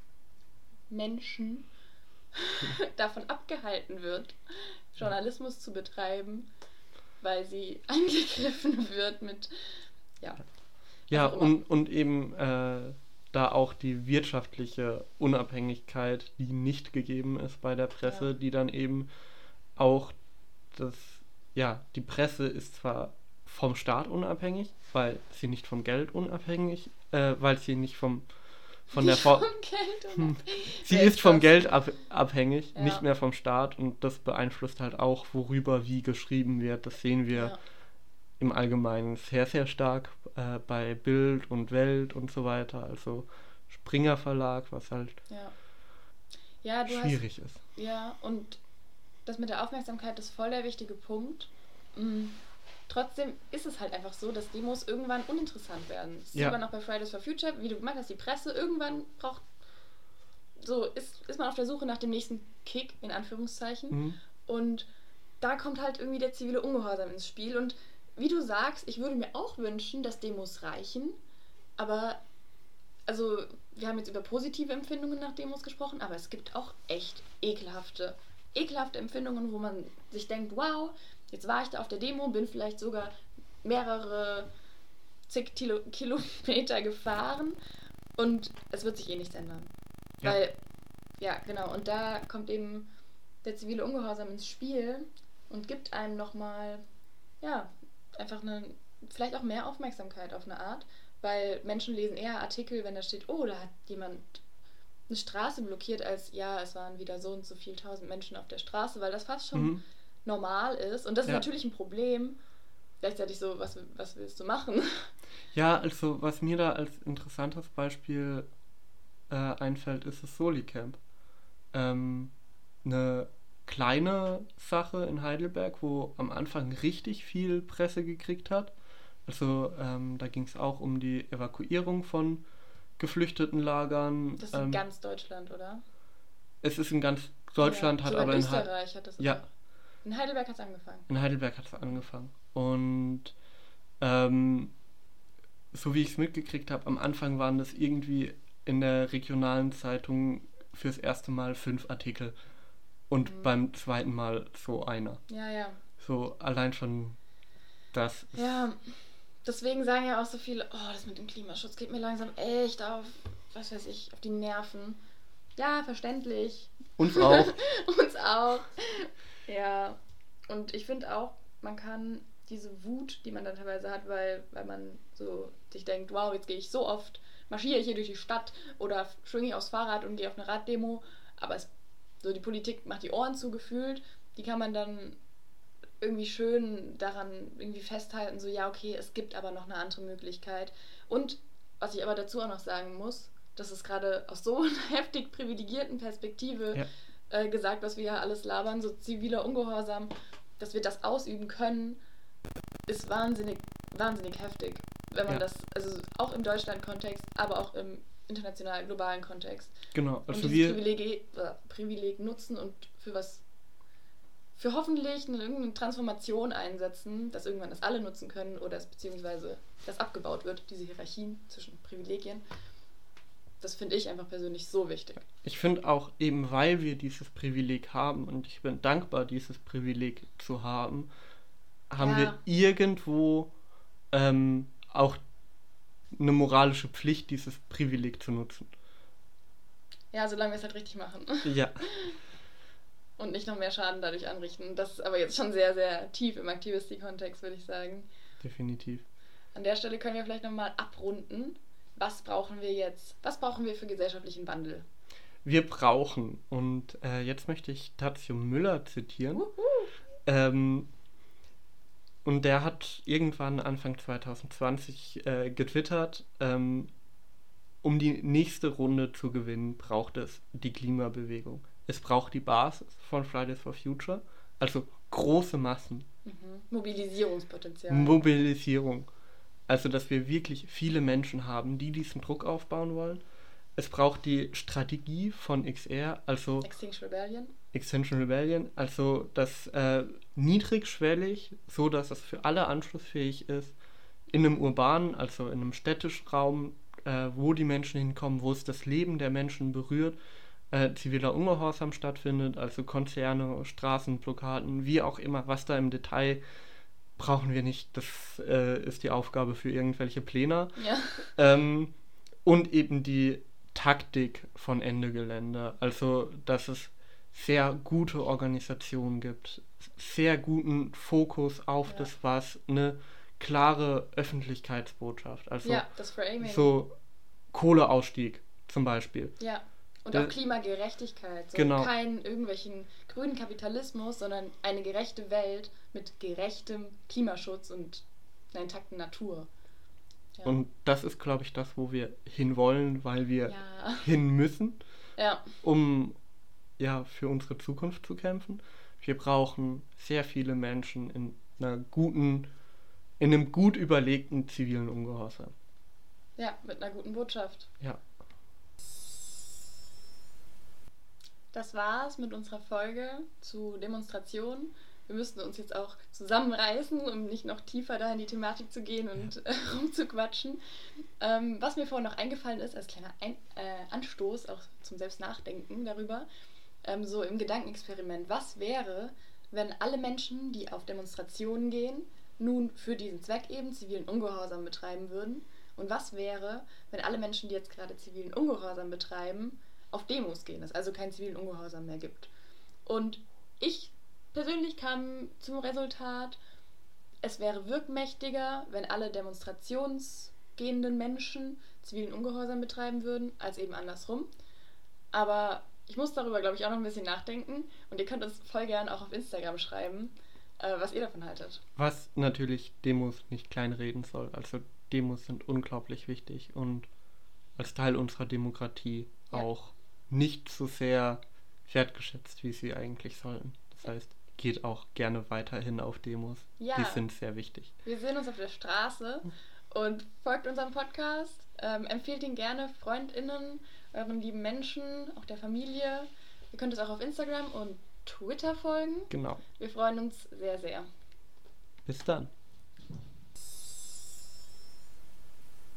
Menschen davon abgehalten wird, Journalismus zu betreiben, weil sie angegriffen wird mit, ja. ja, was auch immer. und, und eben äh, da auch die wirtschaftliche Unabhängigkeit, die nicht gegeben ist bei der Presse, Ja. die dann eben auch das, ja, die Presse ist zwar vom Staat unabhängig, weil sie nicht vom Geld unabhängig, äh, weil sie nicht vom von der Nicht For- vom Geld unabhängig. sie Wer ist vom das? Geld ab- abhängig, Ja. nicht mehr vom Staat, und das beeinflusst halt auch, worüber wie geschrieben wird. Das sehen wir Ja. im Allgemeinen sehr, sehr stark äh, bei Bild und Welt und so weiter. Also Springer Verlag, was halt Ja. Ja, du schwierig ist. hast. Ja, und das mit der Aufmerksamkeit ist voll der wichtige Punkt. Mhm. Trotzdem ist es halt einfach so, dass Demos irgendwann uninteressant werden. Das sieht Ja. man auch bei Fridays for Future, wie du gemeint hast, die Presse irgendwann braucht. So ist, ist man auf der Suche nach dem nächsten Kick, in Anführungszeichen. Mhm. Und da kommt halt irgendwie der zivile Ungehorsam ins Spiel. Und wie du sagst, ich würde mir auch wünschen, dass Demos reichen. Aber, also, wir haben jetzt über positive Empfindungen nach Demos gesprochen, aber es gibt auch echt ekelhafte, ekelhafte Empfindungen, wo man sich denkt, wow, jetzt war ich da auf der Demo, bin vielleicht sogar mehrere zig Kilo, Kilometer gefahren und es wird sich eh nichts ändern. Ja. Weil, ja, genau, und da kommt eben der zivile Ungehorsam ins Spiel und gibt einem nochmal, ja, einfach eine, vielleicht auch mehr Aufmerksamkeit auf eine Art, weil Menschen lesen eher Artikel, wenn da steht, oh, da hat jemand eine Straße blockiert, als, ja, es waren wieder so und so viel tausend Menschen auf der Straße, weil das fast schon Mhm. normal ist. Und das ist Ja. natürlich ein Problem. Gleichzeitig so, was, was willst du machen? Ja, also was mir da als interessantes Beispiel äh, einfällt, ist das Solicamp. Ähm, eine kleine Sache in Heidelberg, wo am Anfang richtig viel Presse gekriegt hat. Also ähm, da ging es auch um die Evakuierung von Geflüchtetenlagern. Das ist in ähm, ganz Deutschland, oder? es ist in ganz Deutschland, ja, hat sogar aber in in, Hei- Österreich hat das Ja. auch. In Heidelberg hat es angefangen. in Heidelberg hat es angefangen. Und ähm, so wie ich es mitgekriegt habe, am Anfang waren das irgendwie in der regionalen Zeitung fürs erste Mal fünf Artikel und Mhm. beim zweiten Mal so einer. Ja, ja. So allein schon das. ist- Ja, deswegen sagen ja auch so viele, oh, das mit dem Klimaschutz geht mir langsam echt auf, was weiß ich, auf die Nerven. Ja, verständlich. Uns auch. Uns auch. Ja, und ich finde auch, man kann diese Wut, die man dann teilweise hat, weil, weil man so sich denkt, wow, jetzt gehe ich so oft, marschiere ich hier durch die Stadt oder schwinge ich aufs Fahrrad und gehe auf eine Raddemo, aber es, so die Politik macht die Ohren zugefühlt, die kann man dann irgendwie schön daran irgendwie festhalten, so ja, okay, es gibt aber noch eine andere Möglichkeit. Und was ich aber dazu auch noch sagen muss, das ist gerade aus so einer heftig privilegierten Perspektive Ja. äh, gesagt, was wir ja alles labern, so ziviler Ungehorsam, dass wir das ausüben können, ist wahnsinnig, wahnsinnig heftig, wenn man Ja. das, also auch im Deutschland-Kontext, aber auch im internationalen, globalen Kontext. Genau, Und also dieses wir, Privileg, äh, Privileg nutzen und für was, für hoffentlich eine irgendeine Transformation einsetzen, dass irgendwann das alle nutzen können oder es beziehungsweise das abgebaut wird, diese Hierarchien zwischen Privilegien. Das finde ich einfach persönlich so wichtig. ich finde auch eben, weil wir dieses Privileg haben und ich bin dankbar, dieses Privileg zu haben, haben Ja. wir irgendwo ähm, auch eine moralische Pflicht, dieses Privileg zu nutzen. Ja, solange wir es halt richtig machen. Ja, Und nicht noch mehr Schaden dadurch anrichten. Das ist aber jetzt schon sehr, sehr tief im Aktivistik-Kontext, würde ich sagen. definitiv. An der Stelle können wir vielleicht nochmal abrunden. Was brauchen wir jetzt? Was brauchen wir für gesellschaftlichen Wandel? Wir brauchen, und äh, jetzt möchte ich Tadzio Müller zitieren, Wuhu. ähm, und der hat irgendwann Anfang zwanzig zwanzig äh, getwittert, ähm, um die nächste Runde zu gewinnen, braucht es die Klimabewegung. Es braucht die Basis von Fridays for Future, also große Massen, Mhm. Mobilisierungspotenzial. Mobilisierung. Also, dass wir wirklich viele Menschen haben, die diesen Druck aufbauen wollen. Es braucht die Strategie von X R, also Extinction Rebellion. Extinction Rebellion, also das äh, niedrigschwellig, so dass es für alle anschlussfähig ist, in einem urbanen, also in einem städtischen Raum, äh, wo die Menschen hinkommen, wo es das Leben der Menschen berührt, äh, ziviler Ungehorsam stattfindet, also Konzerne, Straßenblockaden, wie auch immer, was da im Detail brauchen wir nicht, das äh, ist die Aufgabe für irgendwelche Pläne. Ja. Ähm, und eben die Taktik von Ende Gelände, also dass es sehr gute Organisationen gibt, sehr guten Fokus auf Ja. das was, eine klare Öffentlichkeitsbotschaft, also Ja, das Framing. so Kohleausstieg zum Beispiel. Ja. Und Äh, auch Klimagerechtigkeit. So genau. kein irgendwelchen grünen Kapitalismus, sondern eine gerechte Welt mit gerechtem Klimaschutz und einer intakten Natur. Ja. Und das ist, glaube ich, das, wo wir hinwollen, weil wir Ja. hin müssen, Ja. um ja für unsere Zukunft zu kämpfen. Wir brauchen sehr viele Menschen in einer guten, in einem gut überlegten zivilen Ungehorsam. Ja, mit einer guten Botschaft. Ja. Das war's mit unserer Folge zu Demonstrationen. Wir müssten uns jetzt auch zusammenreißen, um nicht noch tiefer da in die Thematik zu gehen und äh, rumzuquatschen. Ähm, was mir vorhin noch eingefallen ist, als kleiner Ein äh, Anstoß auch zum Selbstnachdenken darüber, ähm, so im Gedankenexperiment, was wäre, wenn alle Menschen, die auf Demonstrationen gehen, nun für diesen Zweck eben zivilen Ungehorsam betreiben würden? Und was wäre, wenn alle Menschen, die jetzt gerade zivilen Ungehorsam betreiben, auf Demos gehen, es also keinen zivilen Ungehorsam mehr gibt? Und ich persönlich kam zum Resultat, es wäre wirkmächtiger, wenn alle demonstrationsgehenden Menschen zivilen Ungehorsam betreiben würden, als eben andersrum. Aber ich muss darüber, glaube ich, auch noch ein bisschen nachdenken und ihr könnt uns voll gern auch auf Instagram schreiben, äh, was ihr davon haltet. Was natürlich Demos nicht kleinreden soll. Also Demos sind unglaublich wichtig und als Teil unserer Demokratie Ja. auch nicht so sehr wertgeschätzt, wie sie eigentlich sollten. Das heißt, geht auch gerne weiterhin auf Demos. Ja. Die sind sehr wichtig. Wir sehen uns auf der Straße und folgt unserem Podcast. Ähm, empfehlt ihn gerne FreundInnen, euren lieben Menschen, auch der Familie. Ihr könnt es auch auf Instagram und Twitter folgen. Genau. Wir freuen uns sehr, sehr. Bis dann.